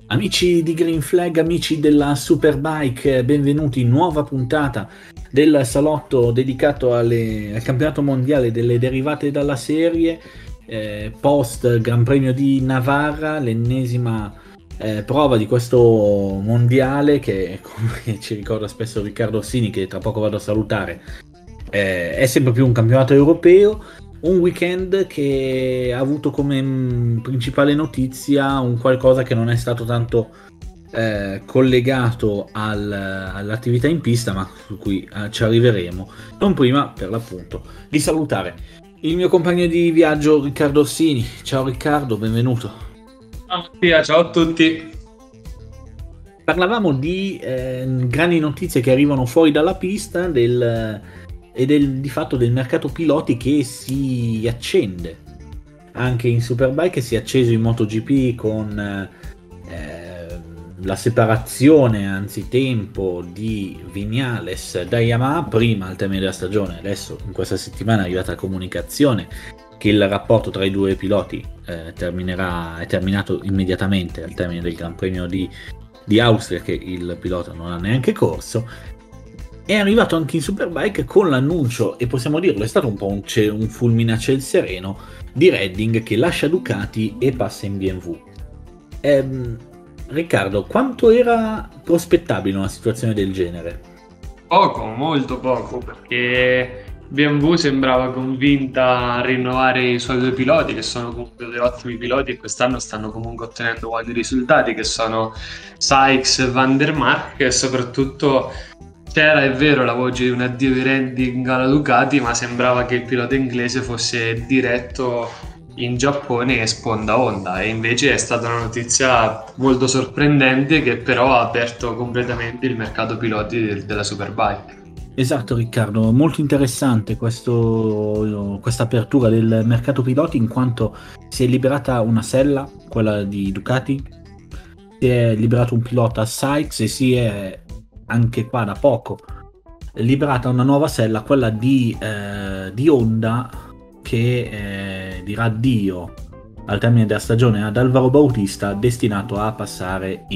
Amici di Green Flag, amici della Superbike, benvenuti in nuova puntata del salotto dedicato al campionato mondiale delle derivate dalla serie, post Gran Premio di Navarra, l'ennesima prova di questo mondiale che, come ci ricorda spesso Riccardo Orsini, che tra poco vado a salutare, è sempre più un campionato europeo. Un weekend che ha avuto come principale notizia un qualcosa che non è stato tanto collegato all'attività in pista, ma su cui ci arriveremo. Non prima, per l'appunto, di salutare il mio compagno di viaggio Riccardo Orsini. Ciao Riccardo, benvenuto. Ciao Mattia, ciao a tutti. Parlavamo di grandi notizie che arrivano fuori dalla pista di fatto del mercato piloti che si accende anche in Superbike, si è acceso in MotoGP con la separazione anzitempo di Viñales da Yamaha prima al termine della stagione. Adesso in questa settimana è arrivata la comunicazione che il rapporto tra i due piloti è terminato immediatamente al termine del Gran Premio di Austria, che il pilota non ha neanche corso. È arrivato anche in Superbike con l'annuncio, e possiamo dirlo, è stato un po' un fulmine a ciel sereno, di Redding che lascia Ducati e passa in BMW. Riccardo, quanto era prospettabile una situazione del genere? Poco, molto poco, perché BMW sembrava convinta a rinnovare i suoi due piloti, che sono comunque due ottimi piloti e quest'anno stanno comunque ottenendo buoni risultati, che sono Sykes e Van der Mark, e soprattutto c'era, è vero, la voce di un addio di Redding alla Ducati, ma sembrava che il pilota inglese fosse diretto in Giappone e sponda Honda, e invece è stata una notizia molto sorprendente che però ha aperto completamente il mercato piloti della Superbike. Esatto Riccardo, molto interessante questa apertura del mercato piloti, in quanto si è liberata una sella, quella di Ducati, si è liberato un pilota Sykes e si è anche qua da poco liberata una nuova sella, quella di Honda, che dirà addio al termine della stagione ad Alvaro Bautista, destinato a passare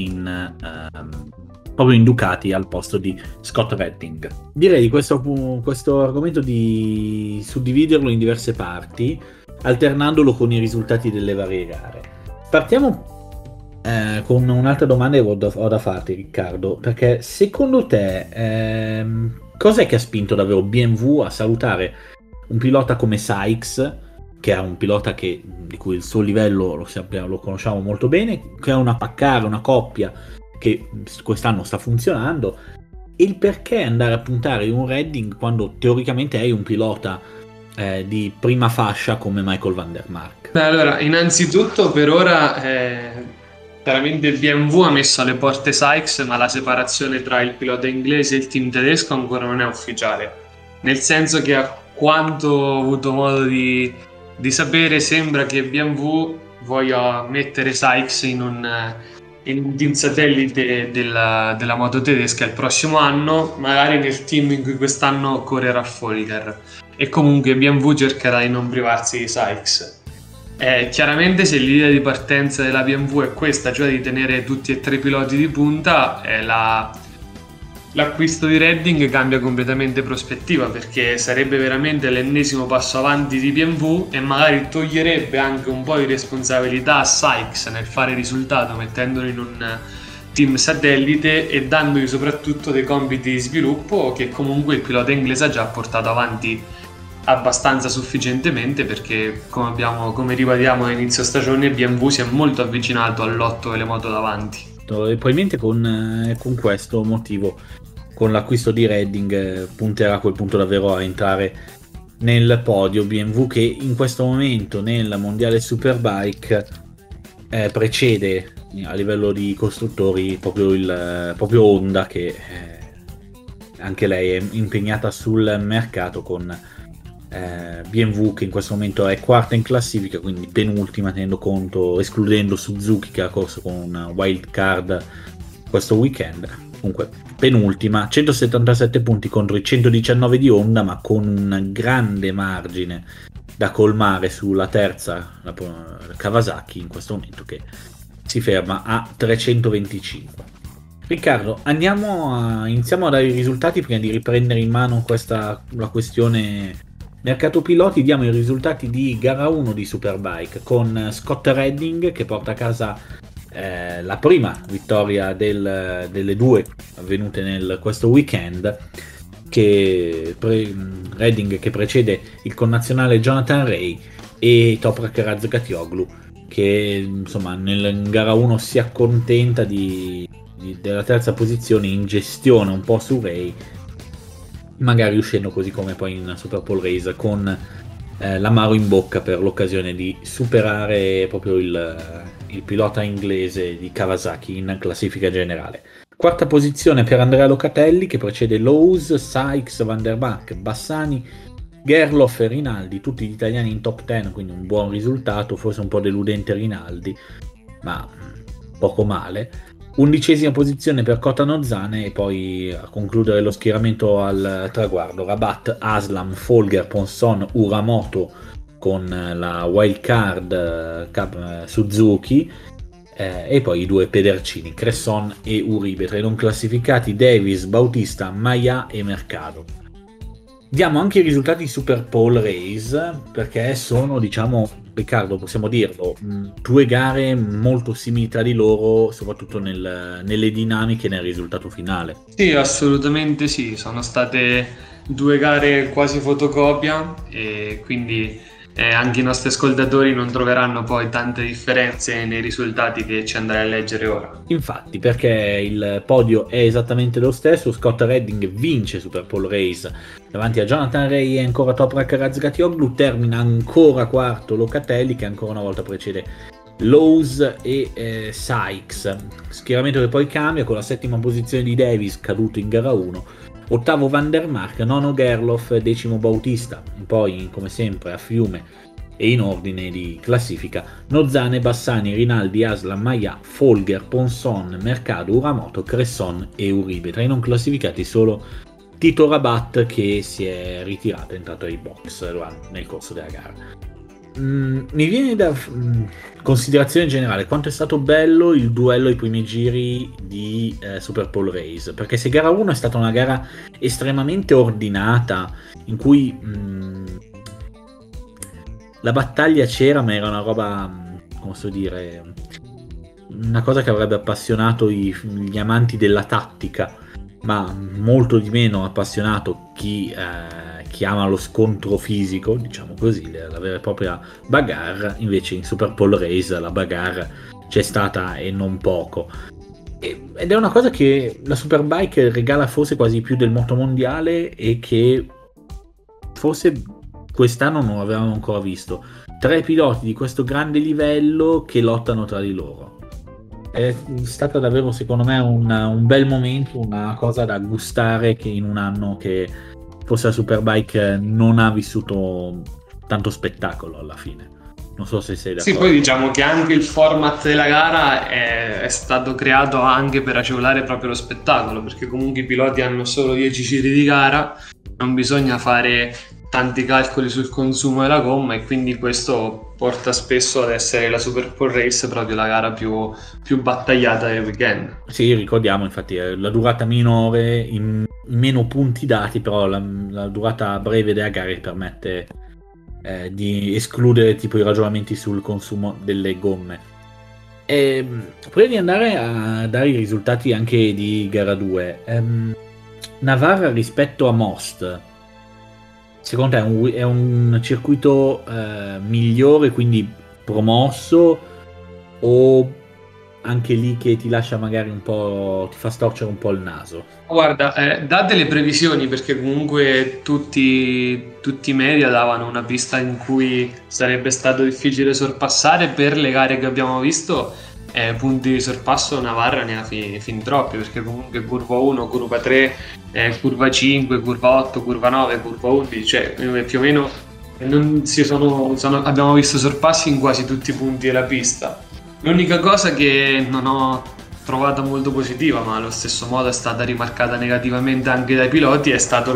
proprio in Ducati al posto di Scott Redding. Direi di questo argomento di suddividerlo in diverse parti, alternandolo con i risultati delle varie gare. Partiamo con un'altra domanda che ho da farti, Riccardo, perché secondo te cos'è che ha spinto davvero BMW a salutare un pilota come Sykes, che è un pilota di cui il suo livello lo conosciamo molto bene, che è una paccare, una coppia che quest'anno sta funzionando, e il perché andare a puntare in un Redding quando teoricamente hai un pilota di prima fascia come Michael Van der Mark? Beh, allora, innanzitutto per ora chiaramente il BMW ha messo alle porte Sykes, ma la separazione tra il pilota inglese e il team tedesco ancora non è ufficiale. Nel senso che, a quanto ho avuto modo di sapere, sembra che BMW voglia mettere Sykes in un team satellite della moto tedesca il prossimo anno, magari nel team in cui quest'anno correrà Folger. E comunque BMW cercherà di non privarsi di Sykes. Chiaramente, se l'idea di partenza della BMW è questa, cioè di tenere tutti e tre i piloti di punta, l'acquisto di Redding cambia completamente prospettiva, perché sarebbe veramente l'ennesimo passo avanti di BMW e magari toglierebbe anche un po' di responsabilità a Sykes nel fare risultato, mettendolo in un team satellite e dandogli soprattutto dei compiti di sviluppo che comunque il pilota inglese ha già portato avanti abbastanza sufficientemente, perché come ribadiamo a inizio stagione, BMW si è molto avvicinato al lotto delle moto davanti. E probabilmente con questo motivo, con l'acquisto di Redding, punterà a quel punto davvero a entrare nel podio. BMW che in questo momento nel mondiale Superbike precede a livello di costruttori proprio Honda, che anche lei è impegnata sul mercato, con BMW che in questo momento è quarta in classifica, quindi penultima, tenendo conto, escludendo Suzuki che ha corso con una wild card questo weekend. Comunque penultima, 177 punti contro i 119 di Honda, ma con un grande margine da colmare sulla terza, la Kawasaki, in questo momento, che si ferma a 325. Riccardo, iniziamo a dare i risultati prima di riprendere in mano la questione mercato piloti. Diamo i risultati di gara 1 di Superbike con Scott Redding che porta a casa la prima vittoria delle due avvenute questo weekend, Redding che precede il connazionale Jonathan Rea e Toprak Razgatlioglu che insomma in gara 1 si accontenta della terza posizione in gestione un po' su Rea, magari uscendo così come poi in Super Pole Race con l'amaro in bocca per l'occasione di superare proprio il pilota inglese di Kawasaki in classifica generale. Quarta posizione per Andrea Locatelli che precede Lowe's, Sykes, Van der Mark, Bassani, Gerloff e Rinaldi, tutti gli italiani in top 10, quindi un buon risultato, forse un po' deludente Rinaldi, ma poco male. 11ª posizione per Kota Nozane e poi a concludere lo schieramento al traguardo Rabat, Aslam, Folger, Ponson, Uramoto con la wild card Suzuki e poi i due Pedercini, Cresson e Uribe. Tra i non classificati Davis, Bautista, Maia e Mercado. Diamo anche i risultati di Super Pole Race perché sono, diciamo, Riccardo, possiamo dirlo, due gare molto simili tra di loro, soprattutto nelle dinamiche e nel risultato finale. Sì, assolutamente sì, sono state due gare quasi fotocopia e quindi anche i nostri ascoltatori non troveranno poi tante differenze nei risultati che ci andrai a leggere ora. Infatti, perché il podio è esattamente lo stesso. Scott Redding vince Super Pole Race davanti a Jonathan Rea e ancora Toprak Razgatlioglu, termina ancora quarto Locatelli che ancora una volta precede Lowe's e Sykes. Schieramento che poi cambia con la 7ª posizione di Davis caduto in gara 1, 8º Van der Mark, 9º Gerloff, 10º Bautista. Poi come sempre a fiume e in ordine di classifica Nozane, Bassani, Rinaldi, Aslam, Maia, Folger, Ponson, Mercado, Uramoto, Cresson e Uribe. Tra i non classificati solo Tito Rabat che si è ritirato, è entrato ai box nel corso della gara. Mi viene da considerazione generale quanto è stato bello il duello ai primi giri di Super Pole Race, perché se gara 1 è stata una gara estremamente ordinata in cui la battaglia c'era, ma era una roba, come posso dire, una cosa che avrebbe appassionato gli amanti della tattica, ma molto di meno appassionato chi ama lo scontro fisico, diciamo così, la vera e propria bagarre. Invece in Super Pole Race la bagarre c'è stata e non poco, ed è una cosa che la Superbike regala forse quasi più del motomondiale e che forse quest'anno non avevamo ancora visto. 3 piloti di questo grande livello che lottano tra di loro. È stata davvero, secondo me, un bel momento, una cosa da gustare, che in un anno che forse la Superbike non ha vissuto tanto spettacolo alla fine. Non so se sei d'accordo. Sì, poi diciamo che anche il format della gara è stato creato anche per agevolare proprio lo spettacolo, perché comunque i piloti hanno solo 10 giri di gara, non bisogna fare tanti calcoli sul consumo della gomma e quindi questo porta spesso ad essere la Super Pole Race proprio la gara più battagliata del weekend. Sì, ricordiamo infatti la durata minore, meno punti dati, però la durata breve della gara permette di escludere tipo i ragionamenti sul consumo delle gomme. E prima di andare a dare i risultati anche di gara 2, Navarra rispetto a Most, secondo te è un circuito migliore, quindi promosso, o anche lì che ti lascia magari un po', ti fa storcere un po' il naso? Guarda, date le previsioni, perché comunque tutti i media davano una pista in cui sarebbe stato difficile sorpassare. Per le gare che abbiamo visto, punti di sorpasso Navarra ne ha fin troppi, perché comunque curva 1, curva 3, curva 5, curva 8, curva 9, curva 11, cioè più o meno abbiamo visto sorpassi in quasi tutti i punti della pista. L'unica cosa che non ho trovato molto positiva, ma allo stesso modo è stata rimarcata negativamente anche dai piloti, è stato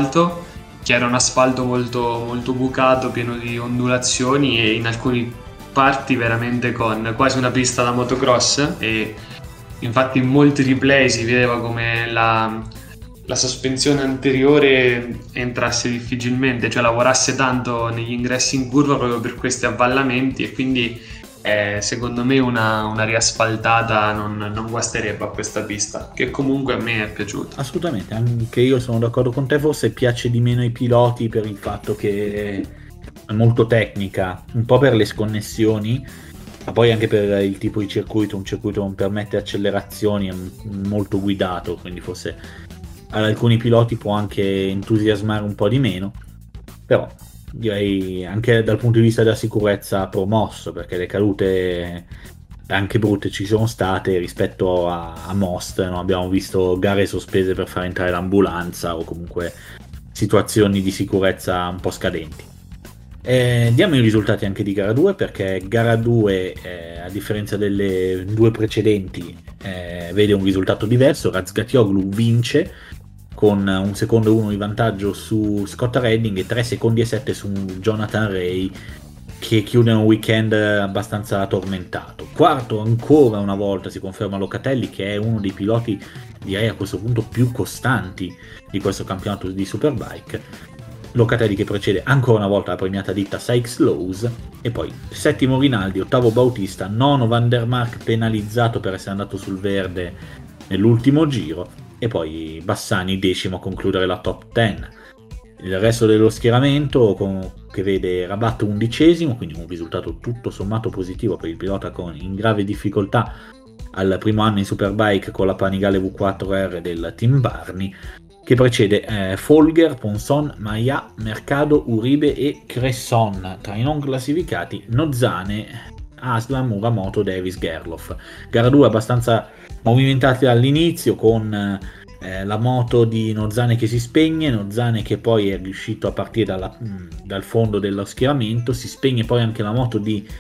l'asfalto, che era un asfalto molto, molto bucato, pieno di ondulazioni, e in alcuni parti veramente con quasi una pista da motocross, e infatti in molti replay si vedeva come la sospensione anteriore entrasse difficilmente, cioè lavorasse tanto negli ingressi in curva proprio per questi avvallamenti, e quindi secondo me una riasfaltata non guasterebbe a questa pista, che comunque a me è piaciuta. Assolutamente, anche io sono d'accordo con te, forse piace di meno ai piloti per il fatto che è molto tecnica, un po' per le sconnessioni, ma poi anche per il tipo di circuito. Un circuito non permette accelerazioni, è molto guidato, quindi forse ad alcuni piloti può anche entusiasmare un po' di meno, però direi anche dal punto di vista della sicurezza promosso, perché le cadute anche brutte ci sono state rispetto a Most, no? Abbiamo visto gare sospese per far entrare l'ambulanza o comunque situazioni di sicurezza un po' scadenti. Diamo i risultati anche di gara 2, perché gara 2 a differenza delle due precedenti vede un risultato diverso. Razgatlioglu vince con un secondo e 1 di vantaggio su Scott Redding e 3 secondi e 7 su Jonathan Ray, che chiude un weekend abbastanza tormentato. Quarto ancora una volta si conferma Locatelli, che è uno dei piloti direi a questo punto più costanti di questo campionato di Superbike. Locatelli che precede ancora una volta la premiata ditta Sykes-Lowe's, e poi settimo Rinaldi, ottavo Bautista, nono Van der Mark penalizzato per essere andato sul verde nell'ultimo giro, e poi Bassani decimo a concludere la top 10. Il resto dello schieramento che vede Rabat undicesimo, quindi un risultato tutto sommato positivo per il pilota in grave difficoltà al primo anno in Superbike con la Panigale V4R del team Barni, che precede Folger, Ponson, Maia, Mercado, Uribe e Cresson. Tra i non classificati Nozane, Aslam, Uramoto, Davis, Gerloff. Gara 2 abbastanza movimentati all'inizio, con la moto di Nozane che si spegne, Nozane che poi è riuscito a partire dal fondo dello schieramento, si spegne poi anche la moto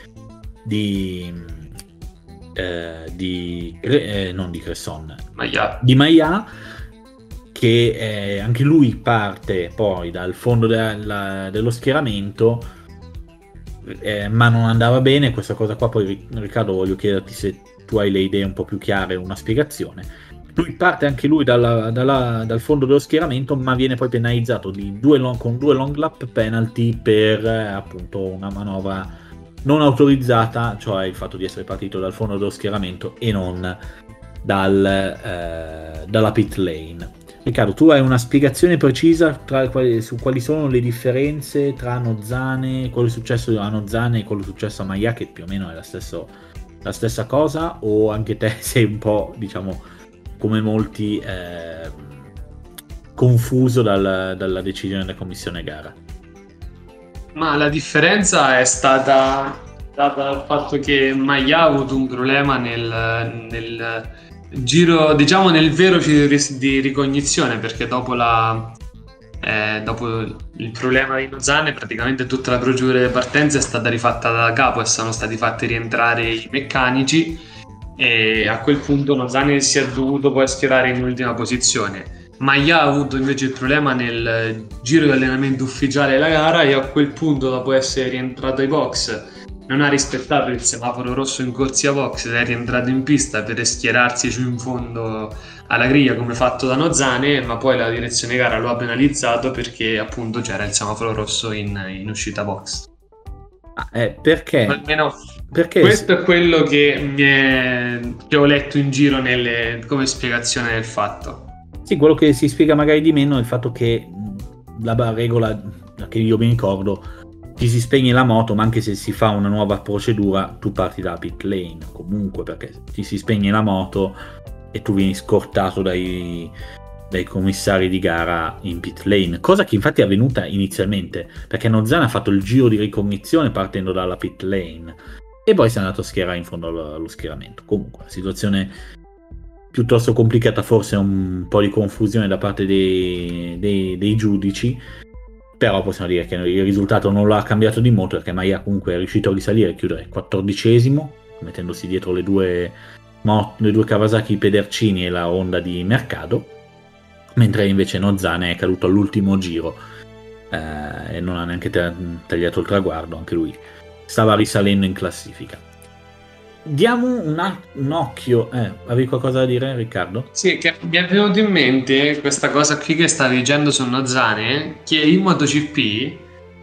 non di Cresson, di Maia, che anche lui parte poi dal fondo dello schieramento, ma non andava bene questa cosa qua. Poi Riccardo, voglio chiederti se tu hai le idee un po' più chiare, una spiegazione. Lui parte anche lui dal fondo dello schieramento, ma viene poi penalizzato con due long lap penalty per appunto una manovra non autorizzata, cioè il fatto di essere partito dal fondo dello schieramento e non dalla pit lane. Riccardo, tu hai una spiegazione precisa su quali sono le differenze tra Nozane, quello successo a Nozane e quello successo a Maia, che più o meno è la stessa cosa, o anche te sei un po', diciamo, come molti, confuso dalla decisione della commissione gara? Ma la differenza è stata data dal fatto che Maia ha avuto un problema nel giro, diciamo nel vero giro di ricognizione, perché dopo il problema di Nozane praticamente tutta la procedura di partenza è stata rifatta da capo e sono stati fatti rientrare i meccanici, e a quel punto Nozane si è dovuto poi schierare in ultima posizione. Maia ha avuto invece il problema nel giro di allenamento ufficiale della gara, e a quel punto, dopo essere rientrato ai box, non ha rispettato il semaforo rosso in corsia box ed è rientrato in pista per schierarsi giù in fondo alla griglia come fatto da Nozane, ma poi la direzione gara lo ha penalizzato perché appunto c'era il semaforo rosso in uscita box. Perché? Almeno Perché? Questo è quello che ho letto in giro come spiegazione del fatto. Sì, quello che si spiega magari di meno è il fatto che la regola, che io mi ricordo, ti si spegne la moto, ma anche se si fa una nuova procedura tu parti da pit lane comunque, perché ti si spegne la moto e tu vieni scortato dai commissari di gara in pit lane, cosa che infatti è avvenuta inizialmente, perché Nozane ha fatto il giro di ricognizione partendo dalla pit lane e poi si è andato a schierare in fondo allo schieramento. Comunque la situazione piuttosto complicata, forse un po' di confusione da parte dei giudici, però possiamo dire che il risultato non lo ha cambiato di molto, perché Maia comunque è riuscito a risalire e chiudere 14esimo, mettendosi dietro le due Kawasaki Pedercini e la Honda di Mercado, mentre invece Nozane è caduto all'ultimo giro e non ha neanche tagliato il traguardo anche lui. stava risalendo in classifica. Diamo un occhio. Avevi qualcosa da dire, Riccardo? Sì, che mi è venuto in mente questa cosa qui che stavi dicendo su Nozane, che in MotoGP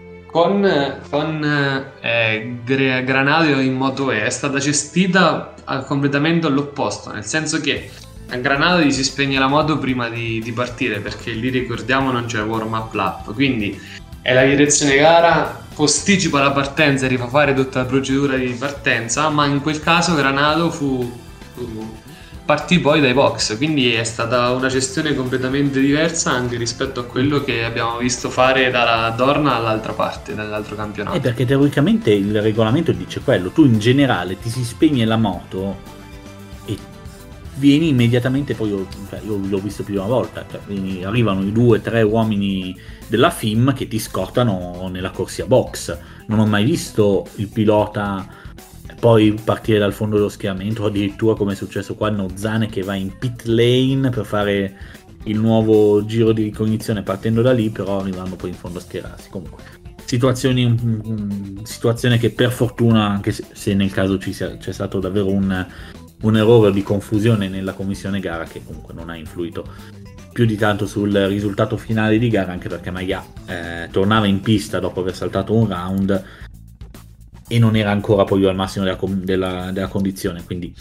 con Granadio in Moto E è stata gestita completamente all'opposto, nel senso che a Granado gli si spegne la moto prima di partire, perché lì, ricordiamo, non c'è warm-up lap, quindi è la direzione gara, posticipa la partenza e rifà fare tutta la procedura di partenza, ma in quel caso Granado partì poi dai box, quindi è stata una gestione completamente diversa anche rispetto a quello che abbiamo visto fare dalla Dorna all'altra parte, dall'altro campionato. Perché teoricamente il regolamento dice quello, tu in generale ti si spegne la moto e vieni immediatamente, poi io l'ho visto più di una volta, arrivano i 2-3 uomini della FIM che ti scortano nella corsia box. Non ho mai visto il pilota poi partire dal fondo dello schieramento, o addirittura, come è successo qua, Nozane che va in pit lane per fare il nuovo giro di ricognizione partendo da lì, però arrivando poi in fondo a schierarsi. Comunque situazione che per fortuna, anche se nel caso c'è stato davvero un errore di confusione nella commissione gara, che comunque non ha influito più di tanto sul risultato finale di gara, anche perché Maia tornava in pista dopo aver saltato un round e non era ancora poi al massimo della condizione, quindi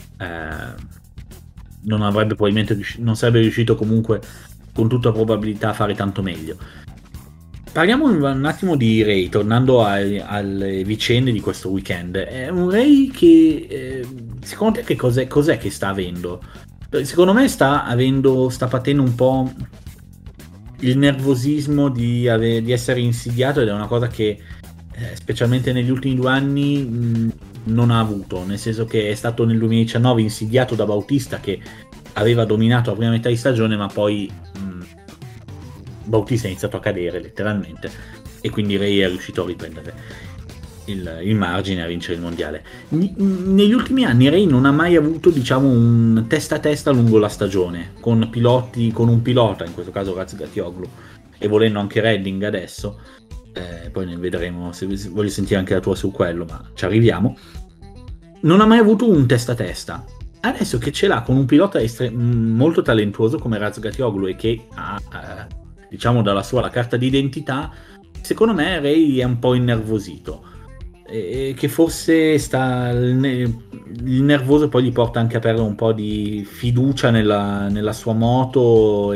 non sarebbe riuscito comunque con tutta probabilità a fare tanto meglio. Parliamo un attimo di Ray, tornando alle vicende di questo weekend. È un Ray che secondo te che cos'è che sta avendo? Secondo me sta patendo un po' il nervosismo di essere insidiato, ed è una cosa che specialmente negli ultimi 2 anni non ha avuto, nel senso che è stato nel 2019 insidiato da Bautista, che aveva dominato la prima metà di stagione, ma poi Bautista è iniziato a cadere letteralmente e quindi Ray è riuscito a riprendere il margine, a vincere il mondiale. Negli ultimi anni Ray non ha mai avuto, diciamo, un testa a testa lungo la stagione con un pilota, in questo caso Razgatlioglu, e volendo anche Redding adesso. Poi ne vedremo, se voglio sentire anche la tua su quello, ma ci arriviamo. Non ha mai avuto un testa a testa. Adesso che ce l'ha con un pilota molto talentuoso come Razgatlioglu e che ha diciamo dalla sua la carta d'identità, secondo me Ray è un po' innervosito, e che forse il nervoso poi gli porta anche a perdere un po' di fiducia nella sua moto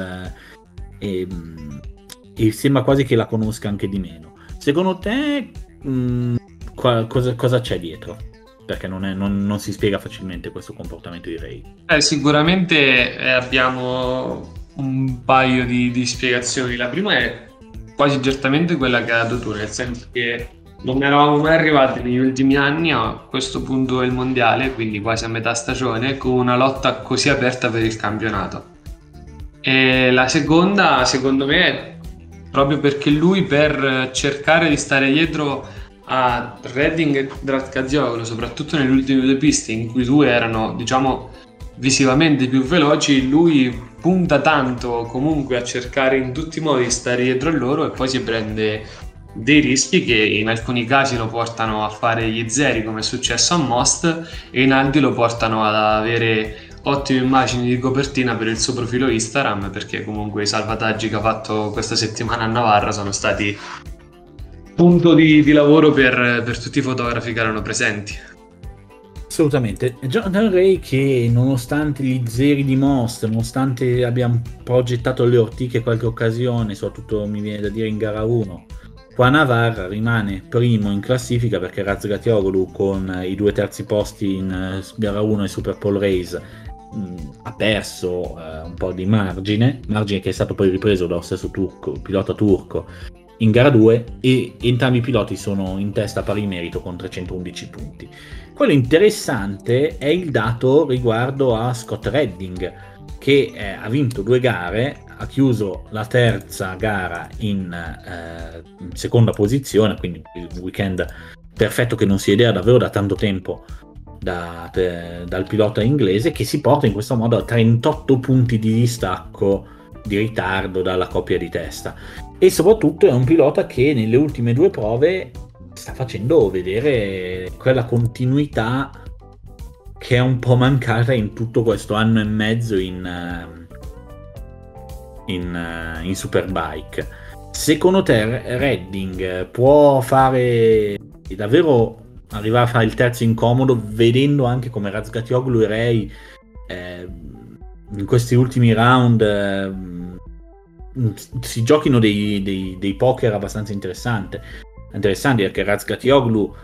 e sembra quasi che la conosca anche di meno. Secondo te cosa c'è dietro? Perché non si spiega facilmente questo comportamento di Ray. Sicuramente abbiamo un paio di spiegazioni. La prima è quasi certamente quella che hai dato tu, nel senso che non eravamo mai arrivati negli ultimi anni a questo punto del mondiale, quindi quasi a metà stagione, con una lotta così aperta per il campionato. E la seconda, secondo me, è proprio perché lui, per cercare di stare dietro a Redding e Razgatlioglu, soprattutto nelle ultime 2 piste in cui i due erano, diciamo, visivamente più veloci, lui punta tanto comunque a cercare in tutti i modi di stare dietro a loro, e poi si prende dei rischi che in alcuni casi lo portano a fare gli zeri, come è successo a Most, e in altri lo portano ad avere ottime immagini di copertina per il suo profilo Instagram, perché comunque i salvataggi che ha fatto questa settimana a Navarra sono stati punto di lavoro per tutti i fotografi che erano presenti. Assolutamente. Jonathan Ray, che nonostante gli zeri di Most, nonostante abbia un po' gettato le ortiche qualche occasione, soprattutto mi viene da dire in gara 1, qua a Navarra rimane primo in classifica, perché Razgatlioglu con i 2 terzi posti in gara 1 e Super Pole Race ha perso un po' di margine che è stato poi ripreso dallo stesso pilota turco in gara 2, e entrambi i piloti sono in testa a pari merito con 311 punti. Quello interessante è il dato riguardo a Scott Redding, che ha vinto 2 gare, ha chiuso la terza gara in seconda posizione, quindi il weekend perfetto che non si vedeva davvero da tanto tempo dal pilota inglese, che si porta in questo modo a 38 punti di distacco di ritardo dalla coppia di testa. E soprattutto è un pilota che nelle ultime 2 prove sta facendo vedere quella continuità che è un po' mancata in tutto questo anno e mezzo in Superbike. Secondo te Redding può fare davvero arrivare a fare il terzo incomodo, vedendo anche come Razgatlioglu e Ray in questi ultimi round si giochino dei poker abbastanza interessanti, perché Razgatlioglu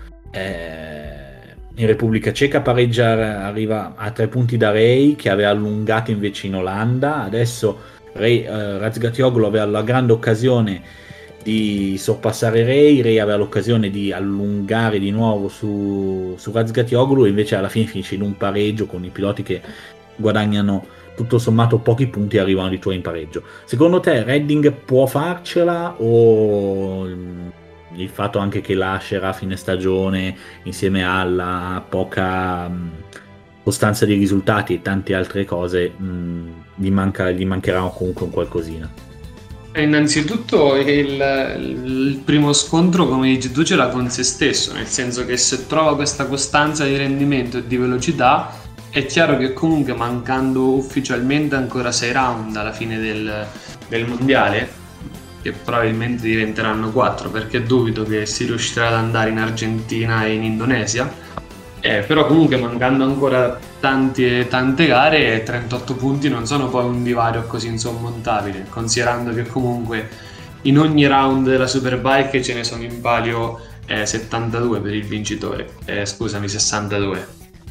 in Repubblica Ceca arriva a 3 punti da Ray, che aveva allungato invece in Olanda. Adesso Razgatlioglu aveva la grande occasione di sorpassare Ray aveva l'occasione di allungare di nuovo su Razgatlioglu, e invece alla fine finisce in un pareggio con i piloti che guadagnano tutto sommato pochi punti e arrivano di tuo in pareggio. Secondo te Redding può farcela, o il fatto anche che lascerà a fine stagione insieme alla poca costanza di risultati e tante altre cose gli mancherà comunque un qualcosina? Innanzitutto il primo scontro, come dici tu, ce l'ha con se stesso, nel senso che se trova questa costanza di rendimento e di velocità, è chiaro che comunque, mancando ufficialmente ancora 6 round alla fine del mondiale, che probabilmente diventeranno 4, perché dubito che si riuscirà ad andare in Argentina e in Indonesia, però comunque mancando ancora tante gare, 38 punti non sono poi un divario così insormontabile, considerando che comunque in ogni round della Superbike ce ne sono in palio 72 per il vincitore, scusami, 62.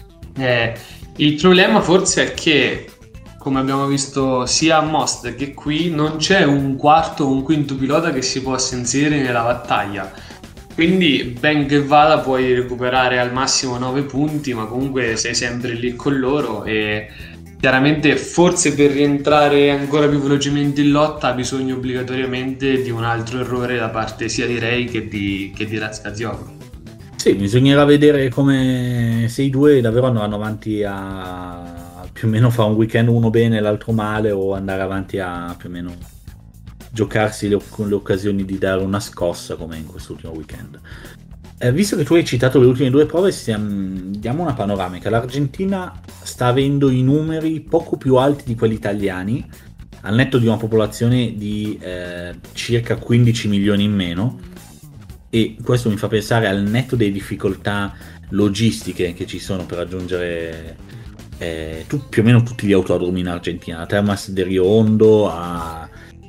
Il problema forse è che, come abbiamo visto sia a Most che qui, non c'è un quarto o un quinto pilota che si possa inserire nella battaglia. Quindi, ben che vada, puoi recuperare al massimo 9 punti, ma comunque sei sempre lì con loro, e chiaramente forse per rientrare ancora più velocemente in lotta ha bisogno obbligatoriamente di un altro errore da parte sia di Ray che di Razgatlioglu. Sì, bisognerà vedere come se i due davvero andranno avanti a più o meno fare un weekend uno bene e l'altro male, o andare avanti a più o meno giocarsi con le occasioni di dare una scossa come in quest'ultimo weekend. Visto che tu hai citato le ultime due prove, diamo una panoramica. L'Argentina sta avendo i numeri poco più alti di quelli italiani, al netto di una popolazione di circa 15 milioni in meno, e questo mi fa pensare al netto delle difficoltà logistiche che ci sono per raggiungere più o meno tutti gli autodromi in Argentina, da Termas de Rio Hondo a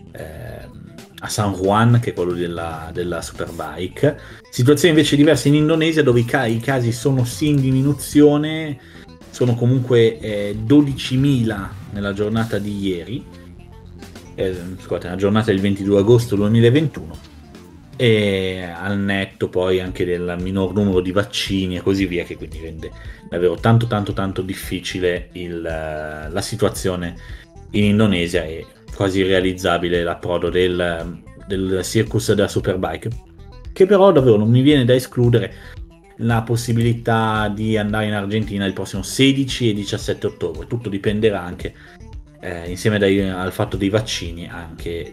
San Juan, che è quello della Superbike. Situazione invece diversa in Indonesia, dove i casi sono sì in diminuzione, sono comunque 12.000 nella giornata di ieri, scusate, nella giornata del 22 agosto 2021, e al netto poi anche del minor numero di vaccini e così via, che quindi rende davvero tanto difficile la situazione in Indonesia, e quasi irrealizzabile l'approdo del circus della Superbike, che però davvero non mi viene da escludere la possibilità di andare in Argentina il prossimo 16 e 17 ottobre. Tutto dipenderà anche, insieme al fatto dei vaccini, anche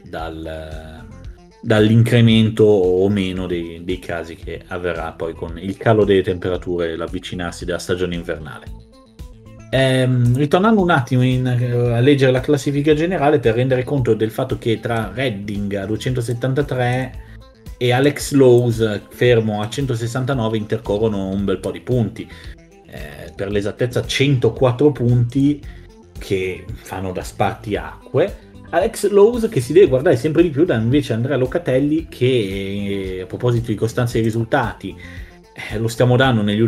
dall'incremento o meno dei casi che avverrà poi con il calo delle temperature e l'avvicinarsi della stagione invernale. Ritornando un attimo a leggere la classifica generale, per rendere conto del fatto che tra Redding a 273 e Alex Lowe's fermo a 169 intercorrono un bel po' di punti, per l'esattezza 104 punti che fanno da spartiacque. Alex Lowe's che si deve guardare sempre di più da invece Andrea Locatelli, che a proposito di costanza dei risultati lo stiamo dando negli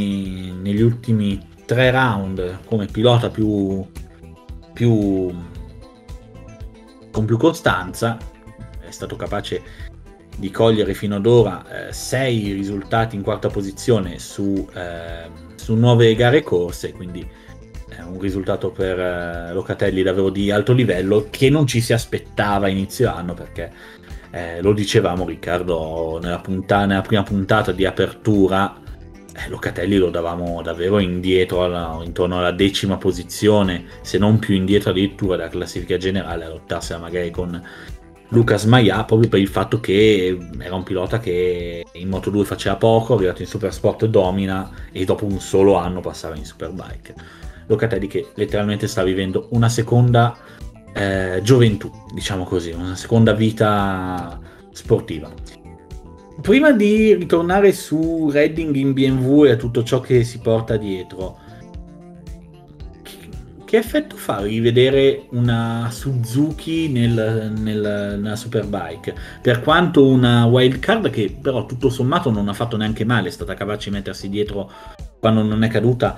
ultimi 3 round come pilota con più costanza. È stato capace di cogliere fino ad ora 6 risultati in quarta posizione su 9 gare corse, quindi un risultato per Locatelli davvero di alto livello, che non ci si aspettava inizio anno, perché lo dicevamo, Riccardo, nella prima puntata di apertura, Locatelli lo davamo davvero indietro, intorno alla 10ª posizione, se non più indietro addirittura della classifica generale, a lottarsela magari con Lucas Maya, proprio per il fatto che era un pilota che in Moto2 faceva poco, è arrivato in Supersport domina e dopo un solo anno passava in Superbike. Locatelli che letteralmente sta vivendo una seconda gioventù, diciamo così, una seconda vita sportiva. Prima di ritornare su Redding in BMW e tutto ciò che si porta dietro, che effetto fa rivedere una Suzuki nella Superbike? Per quanto una wildcard che però tutto sommato non ha fatto neanche male, è stata capace di mettersi dietro quando non è caduta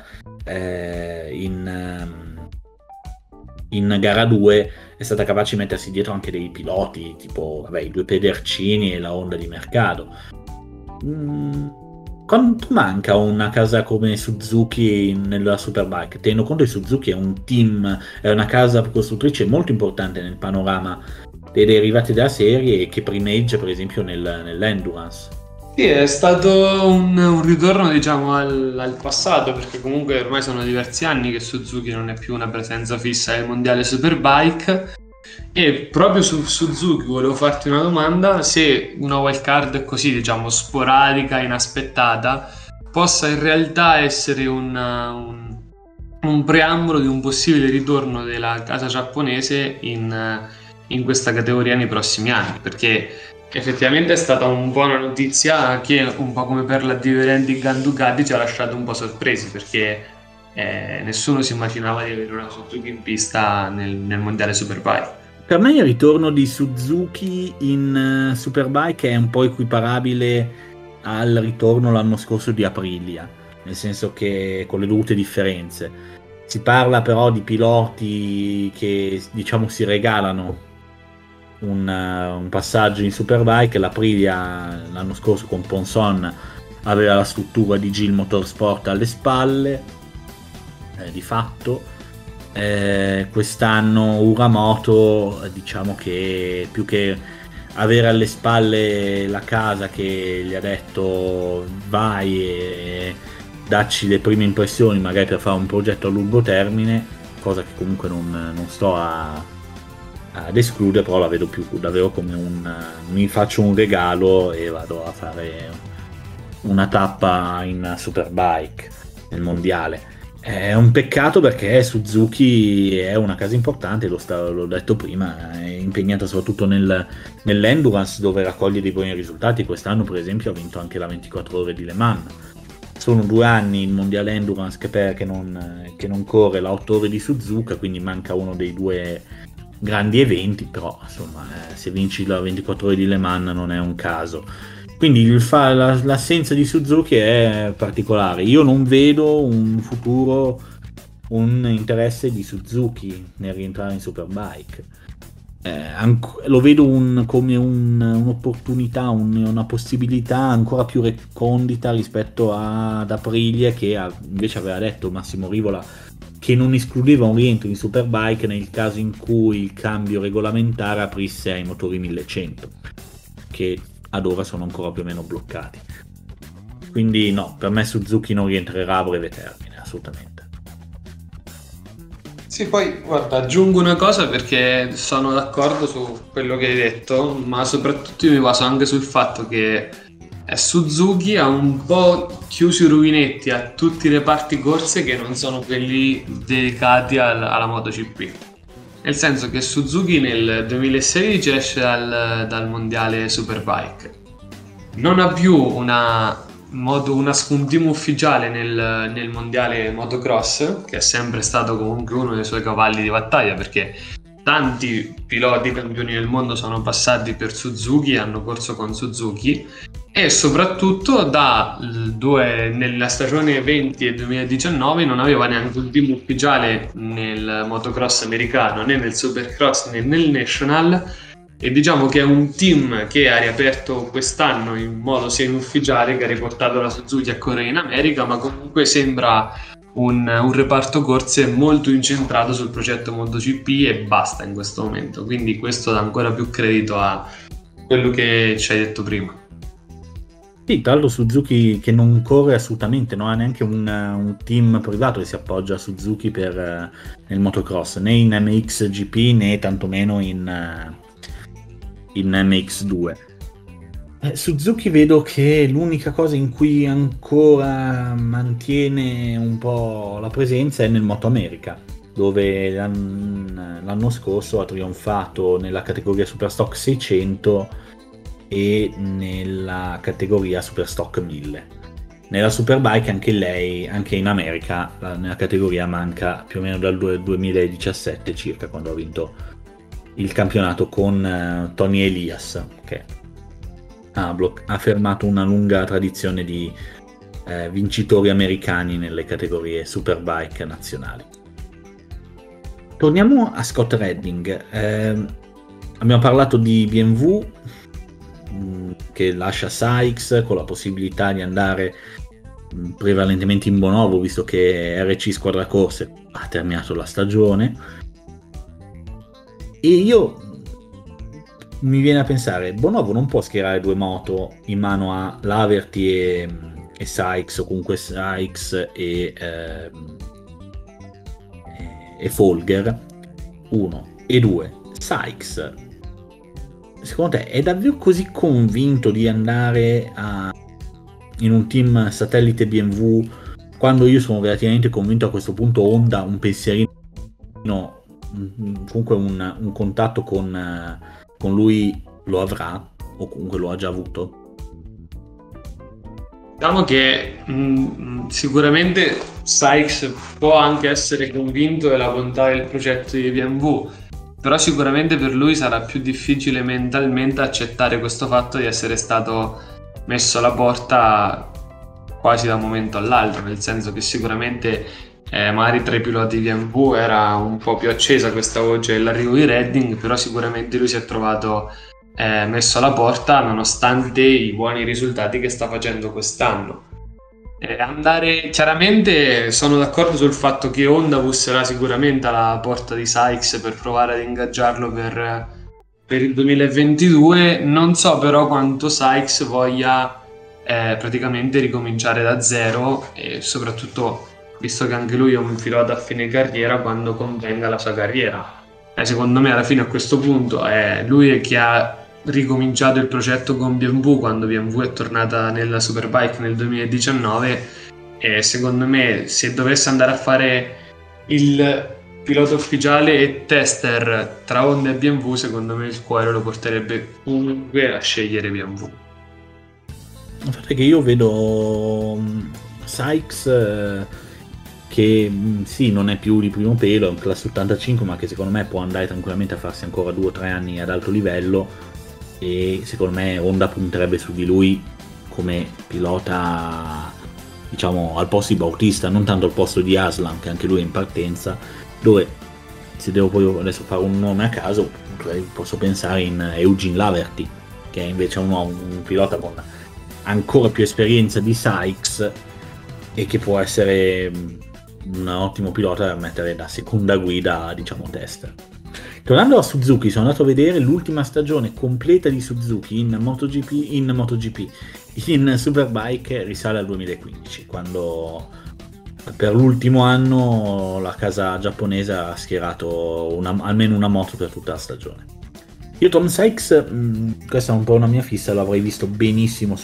in gara 2, è stata capace di mettersi dietro anche dei piloti tipo i due Pedercini e la Honda di Mercado. Quanto manca una casa come Suzuki nella Superbike? Tenendo conto che Suzuki è un team, è una casa costruttrice molto importante nel panorama dei derivati della serie e che primeggia per esempio nell'endurance. Sì, è stato un ritorno, diciamo, al passato, perché comunque ormai sono diversi anni che Suzuki non è più una presenza fissa nel mondiale Superbike. E proprio su Suzuki volevo farti una domanda: se una wildcard così, diciamo, sporadica, inaspettata, possa in realtà essere un preambolo di un possibile ritorno della casa giapponese in questa categoria nei prossimi anni, perché effettivamente è stata un po' una notizia che, un po' come per l'addio di Randy Ducati, ci ha lasciato un po' sorpresi, perché nessuno si immaginava di avere una Suzuki in pista nel mondiale Superbike. Per me il ritorno di Suzuki in Superbike è un po' equiparabile al ritorno l'anno scorso di Aprilia, nel senso che con le dovute differenze. Si parla però di piloti che, diciamo, si regalano un passaggio in Superbike. L'Aprilia l'anno scorso con Ponson aveva la struttura di Gil Motorsport alle spalle, di fatto. Quest'anno Uramoto, diciamo che più che avere alle spalle la casa che gli ha detto vai e dacci le prime impressioni magari per fare un progetto a lungo termine, cosa che comunque non sto ad escludere, però la vedo più davvero come mi faccio un regalo e vado a fare una tappa in Superbike nel mondiale. È un peccato perché Suzuki è una casa importante, l'ho detto prima, è impegnata soprattutto nell'endurance, dove raccoglie dei buoni risultati. Quest'anno per esempio ha vinto anche la 24 ore di Le Mans. Sono 2 anni il mondiale endurance che non corre la 8 ore di Suzuka, quindi manca uno dei 2 grandi eventi, però insomma se vinci la 24 ore di Le Mans non è un caso. Quindi l'assenza di Suzuki è particolare. Io non vedo un futuro, un interesse di Suzuki nel rientrare in Superbike. Lo vedo come un'opportunità, una possibilità ancora più recondita rispetto ad Aprilia, che invece aveva detto Massimo Rivola che non escludeva un rientro in Superbike nel caso in cui il cambio regolamentare aprisse ai motori 1100, che ad ora sono ancora più o meno bloccati. Quindi no, per me Suzuki non rientrerà a breve termine, assolutamente. Sì, poi guarda, aggiungo una cosa perché sono d'accordo su quello che hai detto, ma soprattutto io mi baso anche sul fatto che Suzuki ha un po' chiuso i rubinetti a tutti i reparti corse che non sono quelli dedicati alla MotoGP. Nel senso che Suzuki nel 2016 esce dal mondiale Superbike, non ha più un team ufficiale nel mondiale motocross, che è sempre stato comunque uno dei suoi cavalli di battaglia, perché tanti piloti campioni del mondo sono passati per Suzuki, hanno corso con Suzuki, e soprattutto nella stagione 20 e 2019 non aveva neanche un team ufficiale nel motocross americano, né nel Supercross né nel National, e diciamo che è un team che ha riaperto quest'anno in modo semi-ufficiale, che ha riportato la Suzuki a correre in America, ma comunque sembra un reparto corse molto incentrato sul progetto MotoGP e basta in questo momento, quindi questo dà ancora più credito a quello che ci hai detto prima. Sì, tra l'altro Suzuki che non corre assolutamente, non ha neanche un team privato che si appoggia a Suzuki nel motocross, né in MXGP né tantomeno in MX2. Suzuki vedo che l'unica cosa in cui ancora mantiene un po' la presenza è nel Moto America, dove l'anno scorso ha trionfato nella categoria Superstock 600 e nella categoria Superstock 1000. Nella Superbike anche lei, anche in America, nella categoria manca più o meno dal 2017 circa, quando ha vinto il campionato con Tony Elias, che ha fermato una lunga tradizione di vincitori americani nelle categorie Superbike nazionali. Torniamo a Scott Redding. Abbiamo parlato di BMW che lascia Sykes con la possibilità di andare prevalentemente in Bonovo, visto che RC Squadra Corse ha terminato la stagione. E io mi viene a pensare, Bonovo non può schierare due moto in mano a Laverty e Sykes, o comunque Sykes e Folger, 1 e 2. Sykes, secondo te è davvero così convinto di andare in un team satellite BMW, quando io sono relativamente convinto a questo punto Honda un pensierino, comunque un contatto con lui lo avrà, o comunque lo ha già avuto? Diciamo che sicuramente Sykes può anche essere convinto della bontà del progetto di BMW, però sicuramente per lui sarà più difficile mentalmente accettare questo fatto di essere stato messo alla porta quasi da un momento all'altro, nel senso che sicuramente magari tra i piloti di BMW era un po' più accesa questa voce dell'arrivo di Redding, però sicuramente lui si è trovato messo alla porta nonostante i buoni risultati che sta facendo quest'anno. Chiaramente sono d'accordo sul fatto che Honda busserà sicuramente alla porta di Sykes per provare ad ingaggiarlo per il 2022. Non so però quanto Sykes voglia praticamente ricominciare da zero, e soprattutto visto che anche lui è un pilota a fine carriera, quando convenga la sua carriera. Secondo me alla fine a questo punto è lui che ha ricominciato il progetto con BMW quando BMW è tornata nella Superbike nel 2019, e secondo me se dovesse andare a fare il pilota ufficiale e tester tra Honda e BMW, secondo me il cuore lo porterebbe comunque a scegliere BMW. Il fatto è che io vedo Sykes che sì, non è più di primo pelo, è un classe 85, ma che secondo me può andare tranquillamente a farsi ancora 2 o 3 anni ad alto livello, e secondo me Honda punterebbe su di lui come pilota, diciamo, al posto di Bautista, non tanto al posto di Aslan, che anche lui è in partenza, dove, se devo poi adesso fare un nome a caso, posso pensare in Eugene Laverty, che è invece un pilota con ancora più esperienza di Sykes e che può essere un ottimo pilota da mettere da seconda guida, diciamo, tester. Tornando a Suzuki, sono andato a vedere l'ultima stagione completa di Suzuki in MotoGP, in Superbike, risale al 2015, quando per l'ultimo anno la casa giapponese ha schierato almeno una moto per tutta la stagione. Io Tom Sykes, questa è un po' una mia fissa, l'avrei visto benissimo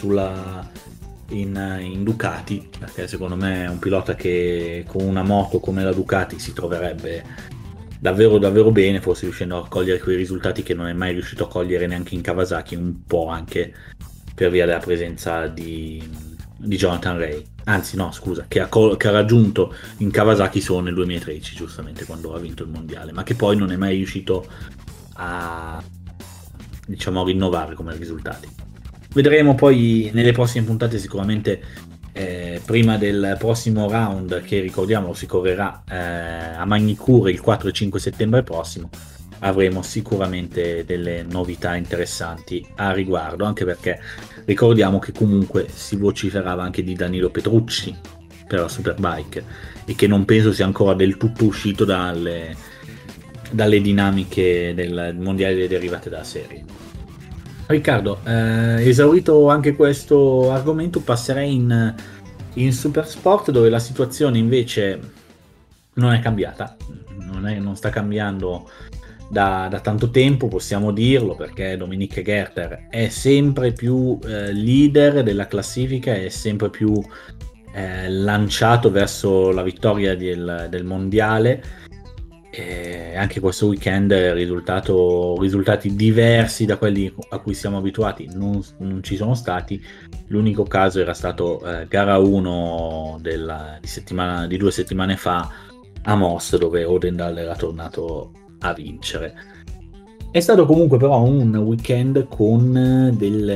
in Ducati, perché secondo me è un pilota che con una moto come la Ducati si troverebbe davvero davvero bene, forse riuscendo a cogliere quei risultati che non è mai riuscito a cogliere neanche in Kawasaki, un po' anche per via della presenza di Jonathan Rea, anzi no scusa, che ha raggiunto in Kawasaki solo nel 2013, giustamente, quando ha vinto il mondiale, ma che poi non è mai riuscito a, diciamo, rinnovare come risultati. Vedremo poi nelle prossime puntate, sicuramente prima del prossimo round, che ricordiamo si correrà a Magny-Cours il 4 e 5 settembre prossimo. Avremo sicuramente delle novità interessanti a riguardo, anche perché ricordiamo che comunque si vociferava anche di Danilo Petrucci per la Superbike, e che non penso sia ancora del tutto uscito dalle dinamiche del mondiale derivate dalla serie. Riccardo, esaurito anche questo argomento, passerei in Supersport, dove la situazione invece non è cambiata, non sta cambiando da tanto tempo, possiamo dirlo, perché Dominique Gerter è sempre più leader della classifica, è sempre più lanciato verso la vittoria del mondiale. E anche questo weekend risultati diversi da quelli a cui siamo abituati non ci sono stati. L'unico caso era stato gara 1 di 2 settimane fa a Most, dove Odendal era tornato a vincere. È stato comunque però un weekend con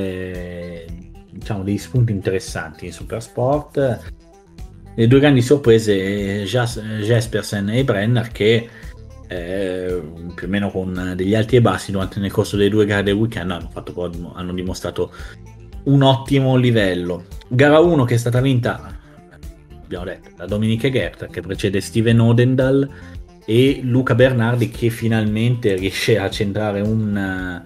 dei spunti interessanti in Supersport. Le due grandi sorprese, Jespersen e Brenner, che più o meno con degli alti e bassi nel corso delle 2 gare del weekend hanno dimostrato un ottimo livello. Gara 1 che è stata vinta, abbiamo detto, da Dominique Gerter, che precede Steven Odendal, e Luca Bernardi, che finalmente riesce a centrare un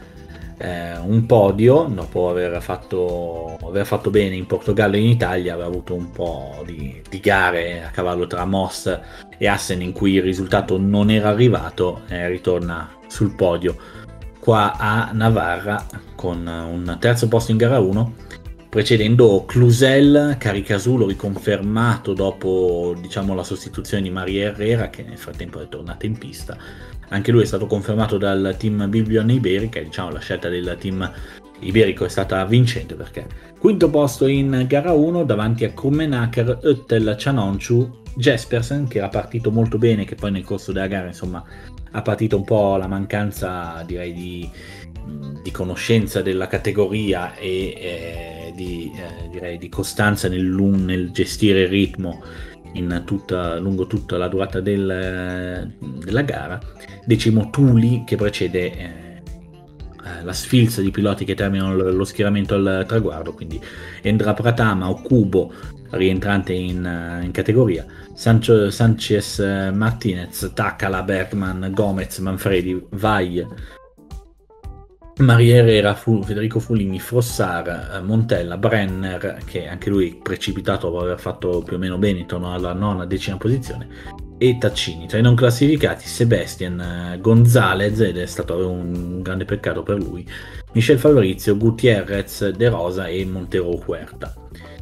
podio dopo aver fatto bene in Portogallo e in Italia. Aveva avuto un po' di gare a cavallo tra Moss e Assen in cui il risultato non era arrivato, ritorna sul podio qua a Navarra con un terzo posto in gara 1, precedendo Cluzel. Caricasulo riconfermato dopo, diciamo, la sostituzione di Maria Herrera, che nel frattempo è tornata in pista. Anche lui è stato confermato dal team Bibion Iberica. Diciamo, la scelta del team iberico è stata vincente, perché quinto posto in gara 1 davanti a Krummenacher, Oettel, Cianonciu, Jespersen, che era partito molto bene, che poi nel corso della gara, insomma, ha partito un po' la mancanza, direi, di conoscenza della categoria e direi di costanza nel gestire il ritmo lungo tutta la durata della gara. Decimo Tuli, che precede la sfilza di piloti che terminano lo schieramento al traguardo, quindi Endra Pratama o Kubo rientrante in categoria, Sanchez, Martinez, Takala, Bergman, Gomez, Manfredi, Vai, Maria Herrera, Federico Fulini, Frossar, Montella, Brenner, che anche lui precipitato dopo aver fatto più o meno bene intorno alla 9ª posizione, e Taccini. Tra i non classificati Sebastian, Gonzalez, ed è stato un grande peccato per lui, Michel Fabrizio, Gutierrez, De Rosa e Montero Huerta.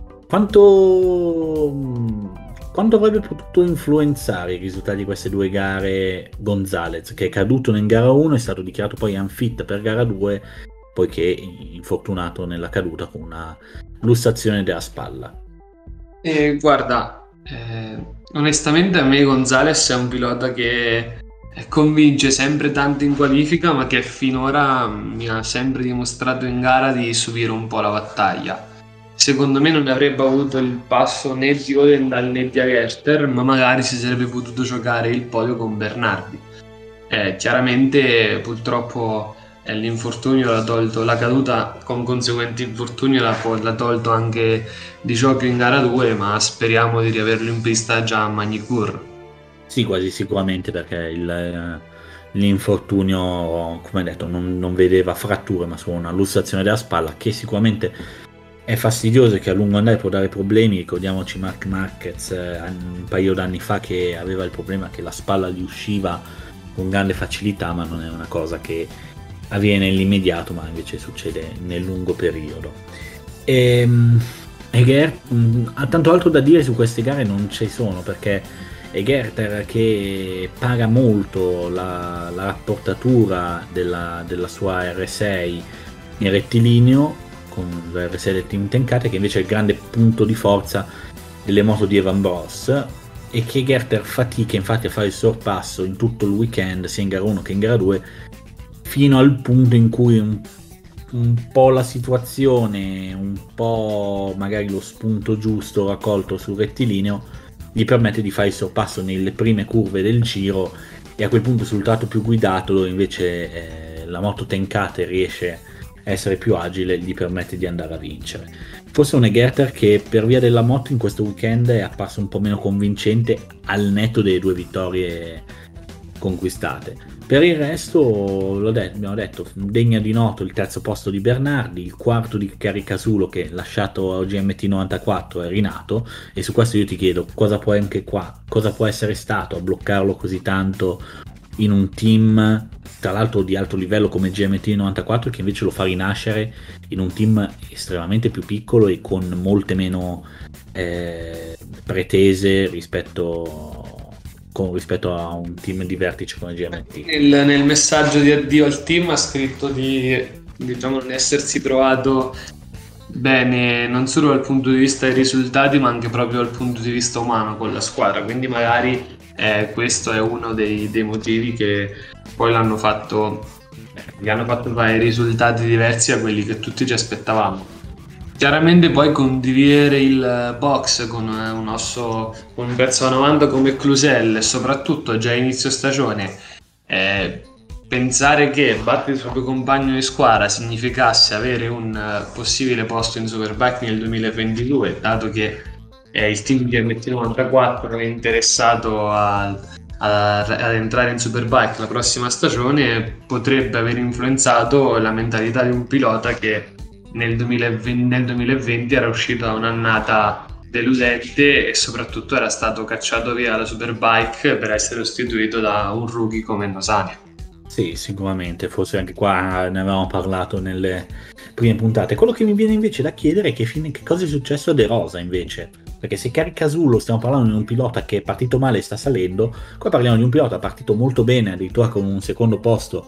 Quanto avrebbe potuto influenzare i risultati di queste 2 gare Gonzalez, che è caduto in gara 1, è stato dichiarato poi unfit per gara 2, poiché infortunato nella caduta con una lussazione della spalla? Guarda, onestamente a me Gonzalez è un pilota che convince sempre tanto in qualifica, ma che finora mi ha sempre dimostrato in gara di subire un po' la battaglia. Secondo me non avrebbe avuto il passo né di Odendal né di Gerter, ma magari si sarebbe potuto giocare il podio con Bernardi. Chiaramente purtroppo l'infortunio l'ha tolto, la caduta con conseguente infortunio l'ha tolto anche di gioco in gara 2, ma speriamo di riaverlo in pista già a Magny-Cours. Sì, quasi sicuramente, perché l'infortunio, come detto, non vedeva fratture, ma solo una lussazione della spalla, che sicuramente è fastidioso e che a lungo andare può dare problemi. Ricordiamoci Marc Marquez un paio d'anni fa, che aveva il problema che la spalla gli usciva con grande facilità, ma non è una cosa che avviene nell'immediato, ma invece succede nel lungo periodo. Tanto altro da dire su queste gare non ci sono, perché Gerter, che paga molto la rapportatura della sua R6 in rettilineo con la R6 del team Tenkate, che invece è il grande punto di forza delle moto di Evan Bros, e che Gerter fatica infatti a fare il sorpasso in tutto il weekend, sia in gara 1 che in gara 2, fino al punto in cui un po' la situazione, un po' magari lo spunto giusto raccolto sul rettilineo gli permette di fare il sorpasso nelle prime curve del giro, e a quel punto sul tratto più guidato, dove invece la moto Tenkate riesce a essere più agile, gli permette di andare a vincere. Forse un Gerter che per via della moto in questo weekend è apparso un po' meno convincente, al netto delle 2 vittorie conquistate. Per il resto, abbiamo detto, degna di noto il terzo posto di Bernardi, il quarto di Caricasulo, che lasciato a GMT 94 è rinato, e su questo io ti chiedo cosa può essere stato a bloccarlo così tanto in un team tra l'altro di alto livello come GMT 94, che invece lo fa rinascere in un team estremamente più piccolo e con molte meno pretese rispetto a un team di vertice come GMT. Nel messaggio di addio al team ha scritto di, diciamo, non essersi trovato bene non solo dal punto di vista dei risultati, ma anche proprio dal punto di vista umano con la squadra, quindi magari questo è uno dei motivi che poi gli hanno fatto fare risultati diversi da quelli che tutti ci aspettavamo. Chiaramente poi condividere il box con con un pezzo da 90 come Clusel, e soprattutto già a inizio stagione, pensare che battere il proprio compagno di squadra significasse avere un possibile posto in Superbike nel 2022, dato che il team di MT94 è interessato ad entrare in Superbike la prossima stagione, potrebbe aver influenzato la mentalità di un pilota che nel 2020 era uscito da un'annata deludente e soprattutto era stato cacciato via dalla Superbike per essere sostituito da un rookie come Nosani. Sì, sicuramente, forse anche qua ne avevamo parlato nelle prime puntate. Quello che mi viene invece da chiedere è che cosa è successo a De Rosa invece, perché se Caricasullo stiamo parlando di un pilota che è partito male e sta salendo, qua parliamo di un pilota partito molto bene, addirittura con un secondo posto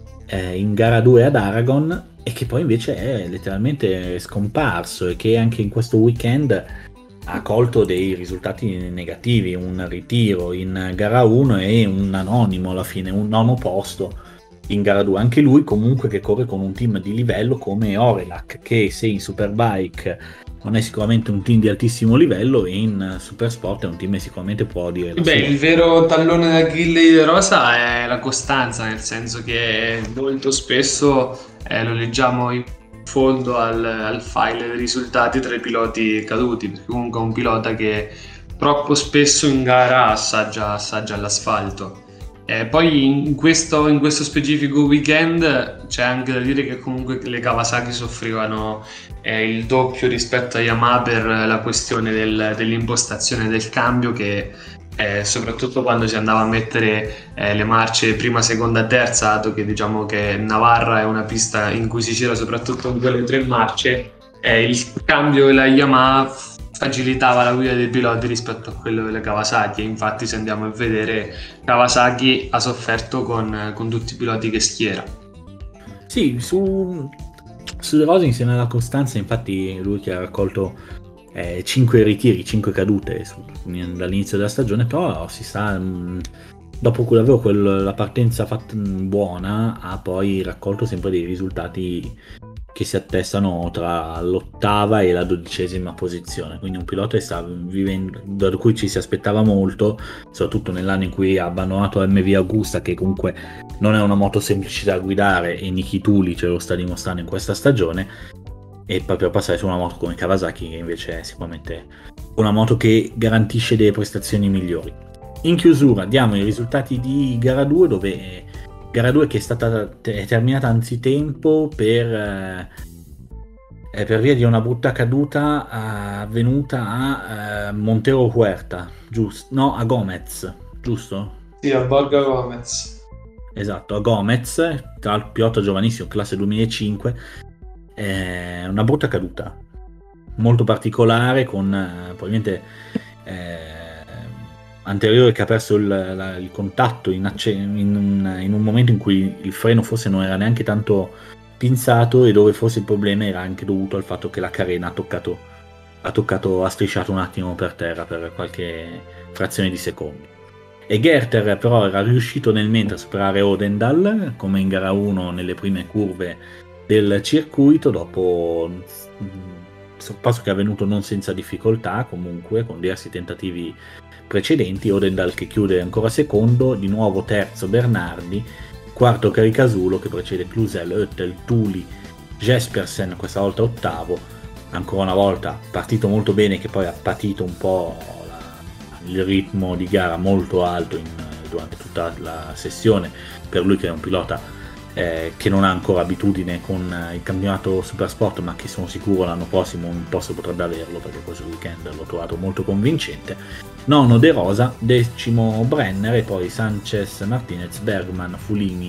in gara 2 ad Aragon, e che poi invece è letteralmente scomparso e che anche in questo weekend ha colto dei risultati negativi, un ritiro in gara 1 e un anonimo alla fine, un nono posto in gara 2. Anche lui comunque che corre con un team di livello come Orelac, che se in Superbike non è sicuramente un team di altissimo livello, e in Supersport è un team che sicuramente può dire la sua. Il vero tallone d'Achille di De Rosa è la costanza, nel senso che molto spesso lo leggiamo in fondo al file dei risultati tra i piloti caduti, perché comunque è un pilota che troppo spesso in gara assaggia l'asfalto. Poi in questo specifico weekend c'è anche da dire che comunque le Kawasaki soffrivano il doppio rispetto a Yamaha per la questione dell'impostazione del cambio, che soprattutto quando si andava a mettere le marce prima, seconda, terza, dato che diciamo che Navarra è una pista in cui si gira soprattutto con quelle 3 marce, il cambio della Yamaha facilitava la guida dei piloti rispetto a quello delle Kawasaki, e infatti se andiamo a vedere Kawasaki ha sofferto con tutti i piloti che schiera. Sì, su De Rosa insieme alla costanza, infatti lui che ha raccolto 5 ritiri, 5 cadute dall'inizio della stagione, però si sta dopo la partenza fatta buona, ha poi raccolto sempre dei risultati che si attestano tra l'8ª e la 12ª posizione, quindi un pilota che sta vivendo, da cui ci si aspettava molto, soprattutto nell'anno in cui ha abbandonato MV Agusta, che comunque non è una moto semplice da guidare, e Nikituli ce lo sta dimostrando in questa stagione, e proprio passare su una moto come Kawasaki, che invece è sicuramente una moto che garantisce delle prestazioni migliori. In chiusura diamo i risultati di gara 2, dove gara 2 che è terminata anzitempo per via di una brutta caduta avvenuta a Montero Huerta, giusto? No, a Gomez, giusto? Sì, a Borga Gomez. Esatto, a Gomez, tra l'altro pilota giovanissimo, classe 2005, una brutta caduta, molto particolare, con probabilmente anteriore, che ha perso il contatto in un momento in cui il freno forse non era neanche tanto pinzato, e dove forse il problema era anche dovuto al fatto che la carena ha strisciato un attimo per terra per qualche frazione di secondo. E Gerter però era riuscito nel mentre a superare Odendal, come in gara 1 nelle prime curve del circuito, dopo passo che è avvenuto non senza difficoltà, comunque con diversi tentativi precedenti. Odendal che chiude ancora secondo, di nuovo terzo Bernardi, quarto Caricasulo che precede Clusel, Oettel, Tuli, Jespersen, questa volta ottavo, ancora una volta partito molto bene, che poi ha patito un po' il ritmo di gara molto alto durante tutta la sessione, per lui che è un pilota che non ha ancora abitudine con il campionato Supersport, ma che sono sicuro l'anno prossimo un posto potrebbe averlo, perché questo weekend l'ho trovato molto convincente. Nono De Rosa, decimo Brenner, e poi Sanchez, Martinez, Bergman, Fulini,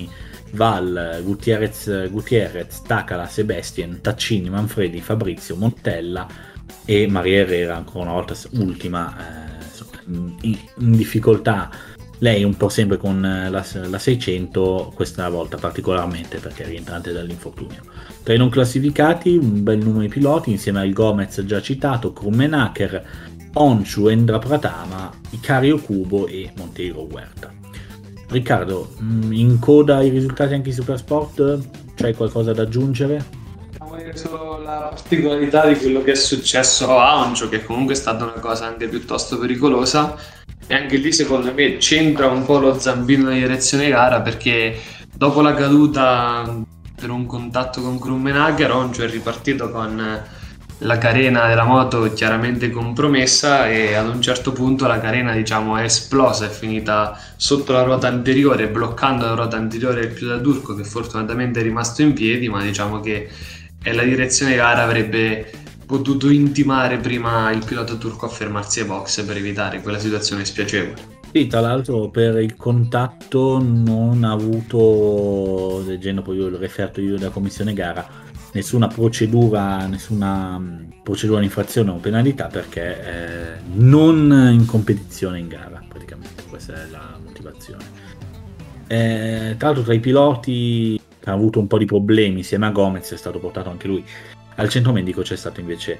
Val, Gutierrez, Takala, Sebastien, Taccini, Manfredi, Fabrizio, Montella e Maria Herrera, ancora una volta ultima, in difficoltà. Lei un po' sempre con la 600, questa volta particolarmente perché è rientrante dall'infortunio. Tra i non classificati un bel numero di piloti insieme al Gomez già citato, Krummenacher, Honshu, Endra Pratama, Icario Kubo e Monteiro Huerta. Riccardo, in coda ai risultati anche in Supersport, c'hai qualcosa da aggiungere? Solo la particolarità di quello che è successo a Honshu, che comunque è stata una cosa anche piuttosto pericolosa, e anche lì secondo me c'entra un po' lo zampino di direzione gara, perché dopo la caduta per un contatto con Krummenacher, Honshu è ripartito con la carena della moto chiaramente compromessa e ad un certo punto la carena, diciamo, è esplosa, è finita sotto la ruota anteriore, bloccando la ruota anteriore del pilota turco, che fortunatamente è rimasto in piedi, ma diciamo che la direzione gara avrebbe potuto intimare prima il pilota turco a fermarsi ai box per evitare quella situazione spiacevole. Sì, tra l'altro per il contatto non ha avuto, leggendo poi il referto della commissione gara, nessuna procedura di infrazione o penalità, perché non in competizione in gara, praticamente questa è la motivazione. Tra l'altro tra i piloti che ha avuto un po' di problemi insieme a Gomez è stato portato anche lui al centro medico. C'è stato invece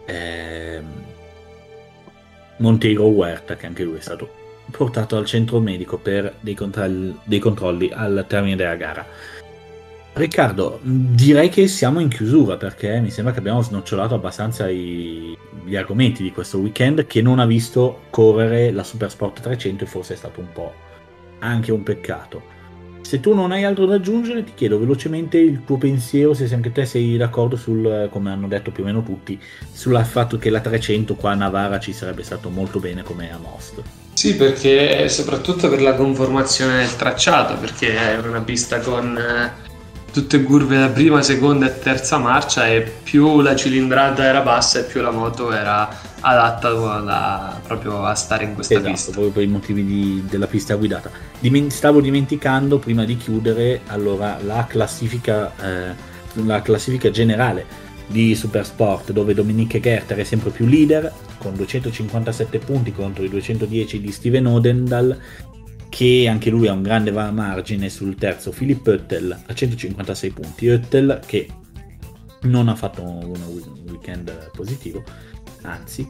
Monteiro Huerta, che anche lui è stato portato al centro medico per dei controlli al termine della gara. Riccardo, direi che siamo in chiusura, perché mi sembra che abbiamo snocciolato abbastanza gli argomenti di questo weekend, che non ha visto correre la Supersport 300 e forse è stato un po' anche un peccato. Se tu non hai altro da aggiungere, ti chiedo velocemente il tuo pensiero, se anche te sei d'accordo sul, come hanno detto più o meno tutti, sul fatto che la 300 qua a Navarra ci sarebbe stato molto bene come a Most. Sì, perché soprattutto per la conformazione del tracciato, perché è una pista con tutte curve da prima, seconda e terza marcia, e più la cilindrata era bassa e più la moto era adatta proprio a stare in questa pista. Proprio per i motivi della pista guidata. Stavo dimenticando, prima di chiudere, allora la classifica generale di Supersport, dove Dominique Gerter è sempre più leader con 257 punti contro i 210 di Steven Odendal, che anche lui ha un grande margine sul terzo Philipp Oettel a 156 punti. Oettel che non ha fatto un weekend positivo, anzi,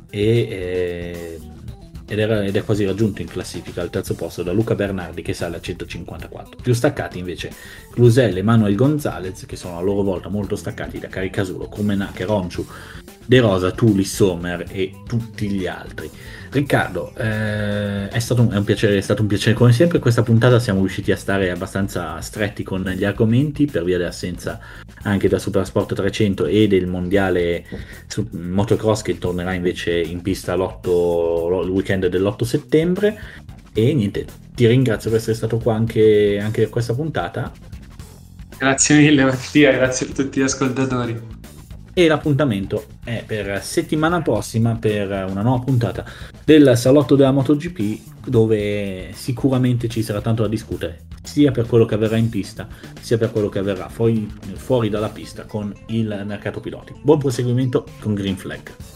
ed è quasi raggiunto in classifica al terzo posto da Luca Bernardi, che sale a 154. Più staccati invece Cluzel e Manuel Gonzalez, che sono a loro volta molto staccati da Caricasulo, Krummenacher, Honshu, De Rosa, Tuli, Sommer e tutti gli altri. Riccardo, è stato un piacere come sempre. Questa puntata siamo riusciti a stare abbastanza stretti con gli argomenti per via dell'assenza anche da Supersport 300 e del mondiale motocross, che tornerà invece in pista il weekend dell'8 settembre. E niente, ti ringrazio per essere stato qua anche per questa puntata. Grazie mille Mattia, grazie a tutti gli ascoltatori. E l'appuntamento è per settimana prossima per una nuova puntata del Salotto della MotoGP, dove sicuramente ci sarà tanto da discutere, sia per quello che avverrà in pista, sia per quello che avverrà fuori dalla pista con il mercato piloti. Buon proseguimento con Green Flag.